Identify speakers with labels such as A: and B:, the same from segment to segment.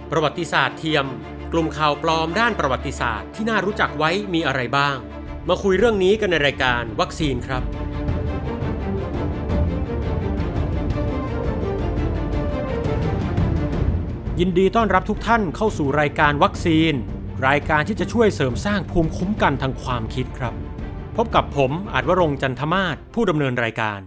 A: ประวัติศาสตร์เทียมกลุ่มข่าวปลอมด้านประวัติศาสตร์ที่น่ารู้จักไว้มีอะไรบ้างมาคุยเรื่องนี้กันในรายการวัคซีนครับยินดีต้อนรับทุกท่านเข้าสู่รายการวัคซีนรายการที่จะช่วยเสริมสร้างภูมิคุ้มกันทางความคิดครับพบกับผมอาจวรงค์จันทมาศผู้ดำเนินรายการ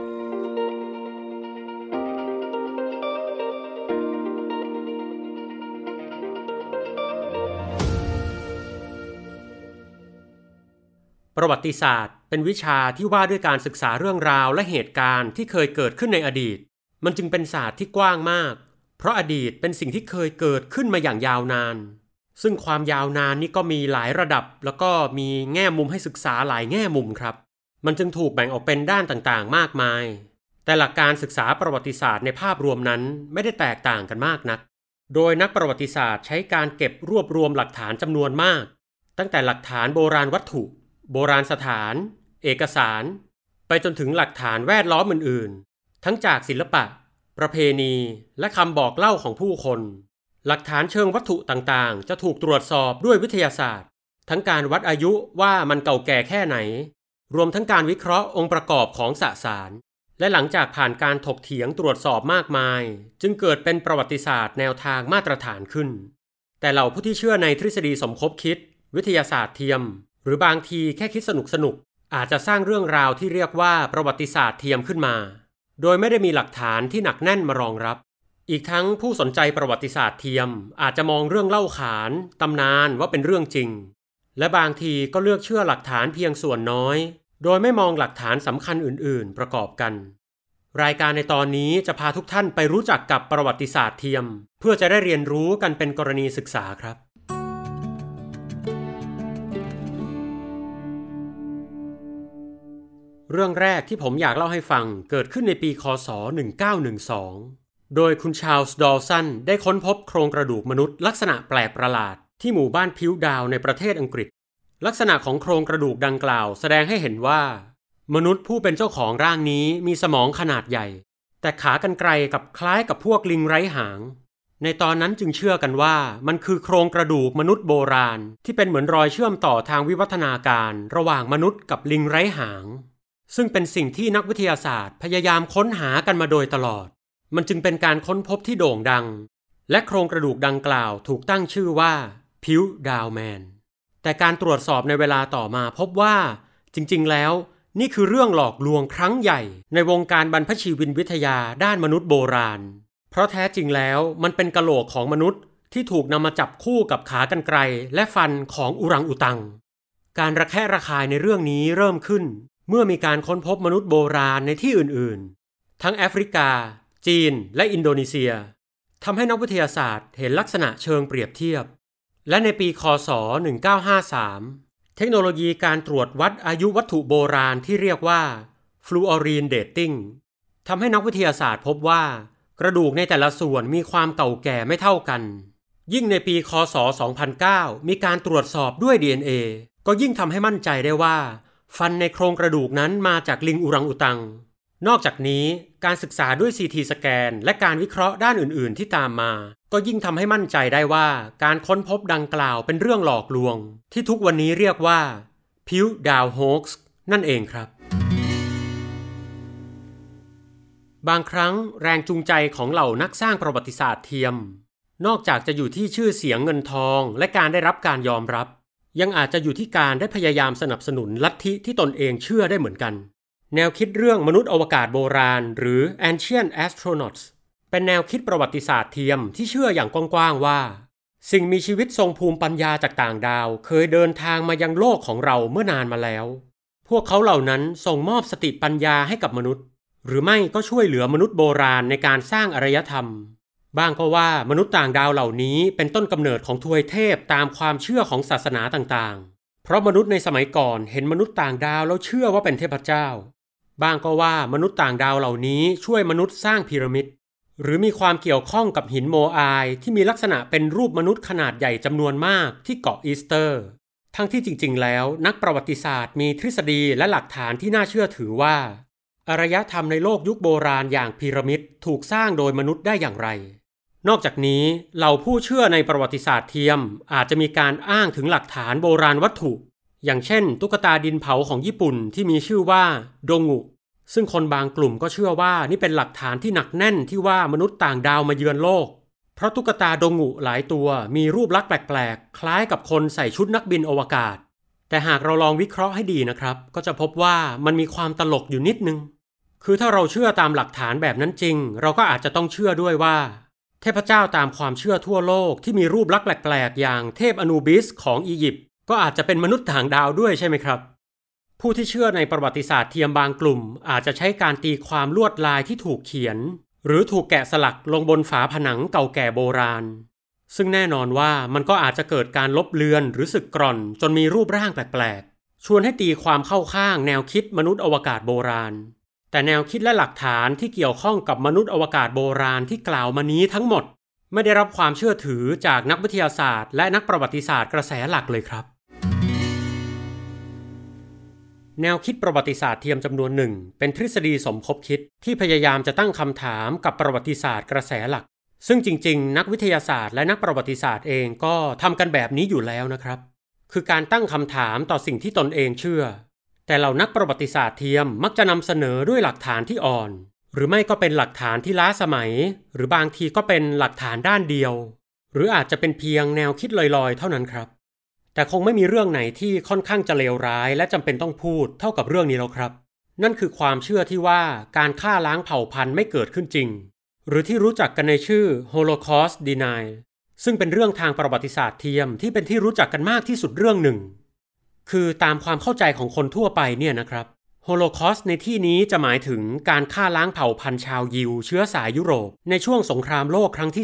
A: ประวัติศาสตร์เป็นวิชาที่ว่าด้วยการศึกษาเรื่องราวและเหตุการณ์ที่เคยเกิดขึ้นในอดีตมันจึงเป็นศาสตร์ที่กว้างมากเพราะอดีตเป็นสิ่งที่เคยเกิดขึ้นมาอย่างยาวนานซึ่งความยาวนานนี้ก็มีหลายระดับแล้วก็มีแง่มุมให้ศึกษาหลายแง่มุมครับมันจึงถูกแบ่งออกเป็นด้านต่างๆมากมายแต่หลักการศึกษาประวัติศาสตร์ในภาพรวมนั้นไม่ได้แตกต่างกันมากนักโดยนักประวัติศาสตร์ใช้การเก็บรวบรวมหลักฐานจำนวนมากตั้งแต่หลักฐานโบราณวัตถุโบราณสถานเอกสารไปจนถึงหลักฐานแวดล้อมอื่นๆทั้งจากศิลปะประเพณีและคำบอกเล่าของผู้คนหลักฐานเชิงวัตถุต่างๆจะถูกตรวจสอบด้วยวิทยาศาสตร์ทั้งการวัดอายุว่ามันเก่าแก่แค่ไหนรวมทั้งการวิเคราะห์องค์ประกอบของสสารและหลังจากผ่านการถกเถียงตรวจสอบมากมายจึงเกิดเป็นประวัติศาสตร์แนวทางมาตรฐานขึ้นแต่เหล่าผู้ที่เชื่อในทฤษฎีสมคบคิดวิทยาศาสตร์เทียมหรือบางทีแค่คิดสนุกอาจจะสร้างเรื่องราวที่เรียกว่าประวัติศาสตร์เทียมขึ้นมาโดยไม่ได้มีหลักฐานที่หนักแน่นมารองรับอีกทั้งผู้สนใจประวัติศาสตร์เทียมอาจจะมองเรื่องเล่าขานตำนานว่าเป็นเรื่องจริงและบางทีก็เลือกเชื่อหลักฐานเพียงส่วนน้อยโดยไม่มองหลักฐานสำคัญอื่นๆประกอบกันรายการในตอนนี้จะพาทุกท่านไปรู้จักกับประวัติศาสตร์เทียมเพื่อจะได้เรียนรู้กันเป็นกรณีศึกษาครับเรื่องแรกที่ผมอยากเล่าให้ฟังเกิดขึ้นในปีค.ศ. 1912โดยคุณชาร์ลส์ดอลสันได้ค้นพบโครงกระดูกมนุษย์ลักษณะแปลกประหลาดที่หมู่บ้านพิวดาวในประเทศอังกฤษลักษณะของโครงกระดูกดังกล่าวแสดงให้เห็นว่ามนุษย์ผู้เป็นเจ้าของร่างนี้มีสมองขนาดใหญ่แต่ขากรรไกรกับคล้ายกับพวกลิงไร้หางในตอนนั้นจึงเชื่อกันว่ามันคือโครงกระดูกมนุษย์โบราณที่เป็นเหมือนรอยเชื่อมต่อทางวิวัฒนาการระหว่างมนุษย์กับลิงไร้หางซึ่งเป็นสิ่งที่นักวิทยาศาสตร์พยายามค้นหากันมาโดยตลอดมันจึงเป็นการค้นพบที่โด่งดังและโครงกระดูกดังกล่าวถูกตั้งชื่อว่าพิวดาวแมนแต่การตรวจสอบในเวลาต่อมาพบว่าจริงๆแล้วนี่คือเรื่องหลอกลวงครั้งใหญ่ในวงการบรรพชีวินวิทยาด้านมนุษย์โบราณเพราะแท้จริงแล้วมันเป็นกะโหลกของมนุษย์ที่ถูกนำมาจับคู่กับขากรรไกรและฟันของอุรังอุตังการระแคะระคายในเรื่องนี้เริ่มขึ้นเมื่อมีการค้นพบมนุษย์โบราณในที่อื่นๆทั้งแอฟริกาจีนและอินโดนีเซียทำให้นักวิทยาศาสตร์เห็นลักษณะเชิงเปรียบเทียบและในปีค.ศ. 1953เทคโนโลยีการตรวจวัดอายุวัตถุโบราณที่เรียกว่าฟลูออรีนเดตติ้งทำให้นักวิทยาศาสตร์พบว่ากระดูกในแต่ละส่วนมีความเก่าแก่ไม่เท่ากันยิ่งในปีค.ศ. 2009มีการตรวจสอบด้วย DNA ก็ยิ่งทำให้มั่นใจได้ว่าฟันในโครงกระดูกนั้นมาจากลิงอุรังอุตังนอกจากนี้การศึกษาด้วย CT สแกนและการวิเคราะห์ด้านอื่นๆที่ตามมาก็ยิ่งทำให้มั่นใจได้ว่าการค้นพบดังกล่าวเป็นเรื่องหลอกลวงที่ทุกวันนี้เรียกว่าพิวดาวโฮกส์นั่นเองครับบางครั้งแรงจูงใจของเหล่านักสร้างประวัติศาสตร์เทียมนอกจากจะอยู่ที่ชื่อเสียงเงินทองและการได้รับการยอมรับยังอาจจะอยู่ที่การได้พยายามสนับสนุนลัทธิที่ตนเองเชื่อได้เหมือนกันแนวคิดเรื่องมนุษย์อวกาศโบราณหรือ Ancient Astronauts เป็นแนวคิดประวัติศาสตร์เทียมที่เชื่ออย่างกว้างๆว่าสิ่งมีชีวิตทรงภูมิปัญญาจากต่างดาวเคยเดินทางมายังโลกของเราเมื่อนานมาแล้วพวกเขาเหล่านั้นส่งมอบสติปัญญาให้กับมนุษย์หรือไม่ก็ช่วยเหลือมนุษย์โบราณในการสร้างอารยธรรมบ้างก็ว่ามนุษย์ต่างดาวเหล่านี้เป็นต้นกำเนิดของทวยเทพตามความเชื่อของศาสนาต่างๆเพราะมนุษย์ในสมัยก่อนเห็นมนุษย์ต่างดาวแล้วเชื่อว่าเป็นเทพเจ้าบ้างก็ว่ามนุษย์ต่างดาวเหล่านี้ช่วยมนุษย์สร้างพีระมิดหรือมีความเกี่ยวข้องกับหินโมอายที่มีลักษณะเป็นรูปมนุษย์ขนาดใหญ่จำนวนมากที่เกาะอีสเตอร์ทั้งที่จริงๆแล้วนักประวัติศาสตร์มีทฤษฎีและหลักฐานที่น่าเชื่อถือว่าอารยธรรมในโลกยุคโบราณอย่างพีระมิดถูกสร้างโดยมนุษย์ได้อย่างไรนอกจากนี้เหล่าผู้เชื่อในประวัติศาสตร์เทียมอาจจะมีการอ้างถึงหลักฐานโบราณวัตถุอย่างเช่นตุ๊กตาดินเผาของญี่ปุ่นที่มีชื่อว่าโดงุซึ่งคนบางกลุ่มก็เชื่อว่านี่เป็นหลักฐานที่หนักแน่นที่ว่ามนุษย์ต่างดาวมาเยือนโลกเพราะตุ๊กตาโดงุหลายตัวมีรูปลักษณ์แปลกๆคล้ายกับคนใส่ชุดนักบินอวกาศแต่หากเราลองวิเคราะห์ให้ดีนะครับก็จะพบว่ามันมีความตลกอยู่นิดนึงคือถ้าเราเชื่อตามหลักฐานแบบนั้นจริงเราก็อาจจะต้องเชื่อด้วยว่าเทพเจ้าตามความเชื่อทั่วโลกที่มีรูปลักษณ์แปลกๆอย่างเทพอนูบิสของอียิปต์ก็อาจจะเป็นมนุษย์ต่างดาวด้วยใช่ไหมครับผู้ที่เชื่อในประวัติศาสตร์เทียมบางกลุ่มอาจจะใช้การตีความลวดลายที่ถูกเขียนหรือถูกแกะสลักลงบนฝาผนังเก่าแก่โบราณซึ่งแน่นอนว่ามันก็อาจจะเกิดการลบเลือนหรือสึกกร่อนจนมีรูปร่างแปลกๆชวนให้ตีความเข้าข้างแนวคิดมนุษย์อวกาศโบราณแต่แนวคิดและหลักฐานที่เกี่ยวข้องกับมนุษย์อวกาศโบราณที่กล่าวมานี้ทั้งหมดไม่ได้รับความเชื่อถือจากนักวิทยาศาสตร์และนักประวัติศาสตร์กระแสหลักเลยครับแนวคิดประวัติศาสตร์เทียมจำนวนหนึ่งเป็นทฤษฎีสมคบคิดที่พยายามจะตั้งคำถามกับประวัติศาสตร์กระแสหลักซึ่งจริงๆนักวิทยาศาสตร์และนักประวัติศาสตร์เองก็ทำกันแบบนี้อยู่แล้วนะครับคือการตั้งคำถามต่อสิ่งที่ตนเองเชื่อแต่เหล่านักประวัติศาสตร์เทียมมักจะนำเสนอด้วยหลักฐานที่อ่อนหรือไม่ก็เป็นหลักฐานที่ล้าสมัยหรือบางทีก็เป็นหลักฐานด้านเดียวหรืออาจจะเป็นเพียงแนวคิดลอยๆเท่านั้นครับแต่คงไม่มีเรื่องไหนที่ค่อนข้างจะเลวร้ายและจำเป็นต้องพูดเท่ากับเรื่องนี้แล้วครับนั่นคือความเชื่อที่ว่าการฆ่าล้างเผ่าพันธุ์ไม่เกิดขึ้นจริงหรือที่รู้จักกันในชื่อ Holocaust Denial ซึ่งเป็นเรื่องทางประวัติศาสตร์เทียมที่เป็นที่รู้จักกันมากที่สุดเรื่องหนึ่งคือตามความเข้าใจของคนทั่วไปเนี่ยนะครับโฮโลคอสต์ในที่นี้จะหมายถึงการฆ่าล้างเผ่าพันธุ์ชาวยิวเชื้อสายยุโรปในช่วงสงครามโลกครั้งที่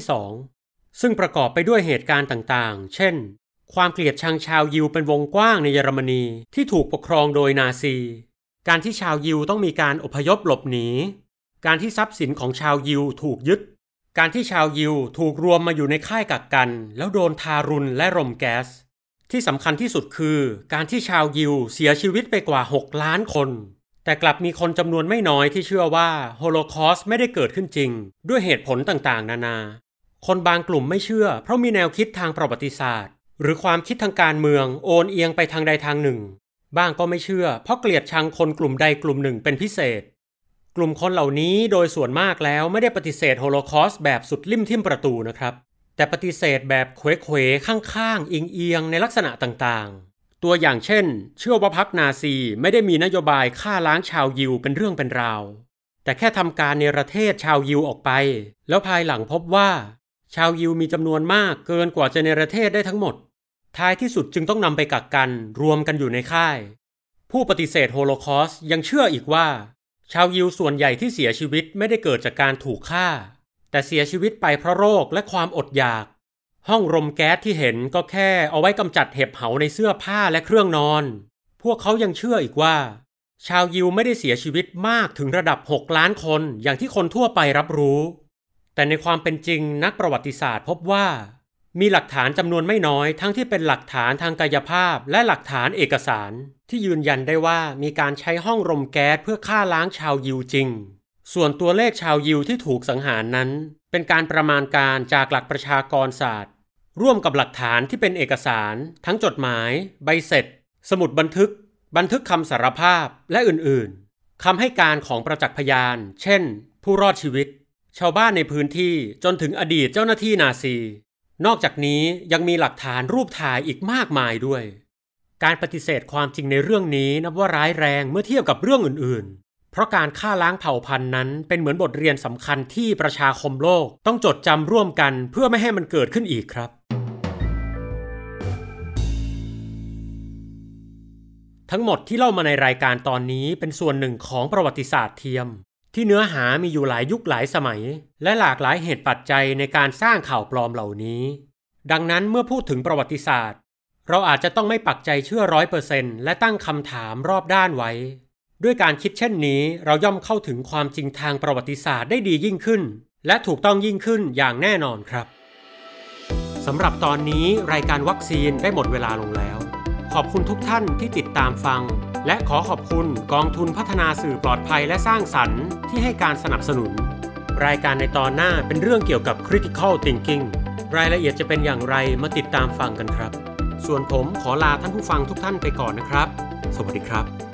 A: 2ซึ่งประกอบไปด้วยเหตุการณ์ต่างๆเช่นความเกลียดชังชาวยิวเป็นวงกว้างในเยอรมนีที่ถูกปกครองโดยนาซีการที่ชาวยิวต้องมีการอพยพหลบหนีการที่ทรัพย์สินของชาวยิวถูกยึดการที่ชาวยิวถูกรวมมาอยู่ในค่ายกักกันแล้วโดนทารุณและรมแก๊สที่สำคัญที่สุดคือการที่ชาวยิวเสียชีวิตไปกว่า6 ล้านคนแต่กลับมีคนจำนวนไม่น้อยที่เชื่อว่าโฮโลคอสต์ไม่ได้เกิดขึ้นจริงด้วยเหตุผลต่างๆนานาคนบางกลุ่มไม่เชื่อเพราะมีแนวคิดทางประวัติศาสตร์หรือความคิดทางการเมืองโอนเอียงไปทางใดทางหนึ่งบ้างก็ไม่เชื่อเพราะเกลียดชังคนกลุ่มใดกลุ่มหนึ่งเป็นพิเศษกลุ่มคนเหล่านี้โดยส่วนมากแล้วไม่ได้ปฏิเสธโฮโลคอสต์แบบสุดลิ่มทิ่มประตูนะครับแต่ปฏิเสธแบบเขวๆข้างๆเอียงๆในลักษณะต่างๆตัวอย่างเช่นเชื่อว่าพรรคนาซีไม่ได้มีนโยบายฆ่าล้างชาวยิวเป็นเรื่องเป็นราวแต่แค่ทำการเนรเทศชาวยิวออกไปแล้วภายหลังพบว่าชาวยิวมีจำนวนมากเกินกว่าจะเนรเทศได้ทั้งหมดท้ายที่สุดจึงต้องนำไปกักกันรวมกันอยู่ในค่ายผู้ปฏิเสธโฮโลคอสต์ยังเชื่ออีกว่าชาวยิวส่วนใหญ่ที่เสียชีวิตไม่ได้เกิดจากการถูกฆ่าแต่เสียชีวิตไปเพราะโรคและความอดอยากห้องรมแก๊สที่เห็นก็แค่เอาไว้กำจัดเห็บเหาในเสื้อผ้าและเครื่องนอนพวกเขายังเชื่ออีกว่าชาวยิวไม่ได้เสียชีวิตมากถึงระดับ6 ล้านคนอย่างที่คนทั่วไปรับรู้แต่ในความเป็นจริงนักประวัติศาสตร์พบว่ามีหลักฐานจำนวนไม่น้อยทั้งที่เป็นหลักฐานทางกายภาพและหลักฐานเอกสารที่ยืนยันได้ว่ามีการใช้ห้องรมแก๊สเพื่อฆ่าล้างชาวยิวจริงส่วนตัวเลขชาวยิวที่ถูกสังหารนั้นเป็นการประมาณการจากหลักประชากรศาสตร์ร่วมกับหลักฐานที่เป็นเอกสารทั้งจดหมายใบเสร็จสมุดบันทึกคำสารภาพและอื่นๆคำให้การของประจักษ์พยานเช่นผู้รอดชีวิตชาวบ้านในพื้นที่จนถึงอดีตเจ้าหน้าที่นาซีนอกจากนี้ยังมีหลักฐานรูปถ่ายอีกมากมายด้วยการปฏิเสธความจริงในเรื่องนี้นับว่าร้ายแรงเมื่อเทียบกับเรื่องอื่นๆเพราะการฆ่าล้างเผ่าพันธุ์นั้นเป็นเหมือนบทเรียนสำคัญที่ประชาคมโลกต้องจดจำร่วมกันเพื่อไม่ให้มันเกิดขึ้นอีกครับทั้งหมดที่เล่ามาในรายการตอนนี้เป็นส่วนหนึ่งของประวัติศาสตร์เทียมที่เนื้อหามีอยู่หลายยุคหลายสมัยและหลากหลายเหตุปัจจัยในการสร้างข่าวปลอมเหล่านี้ดังนั้นเมื่อพูดถึงประวัติศาสตร์เราอาจจะต้องไม่ปักใจเชื่อ 100% และตั้งคำถามรอบด้านไว้ด้วยการคิดเช่นนี้เราย่อมเข้าถึงความจริงทางประวัติศาสตร์ได้ดียิ่งขึ้นและถูกต้องยิ่งขึ้นอย่างแน่นอนครับสำหรับตอนนี้รายการวัคซีนได้หมดเวลาลงแล้วขอบคุณทุกท่านที่ติดตามฟังและขอขอบคุณกองทุนพัฒนาสื่อปลอดภัยและสร้างสรรค์ที่ให้การสนับสนุนรายการในตอนหน้าเป็นเรื่องเกี่ยวกับ Critical Thinking รายละเอียดจะเป็นอย่างไรมาติดตามฟังกันครับส่วนผมขอลาท่านผู้ฟังทุกท่านไปก่อนนะครับสวัสดีครับ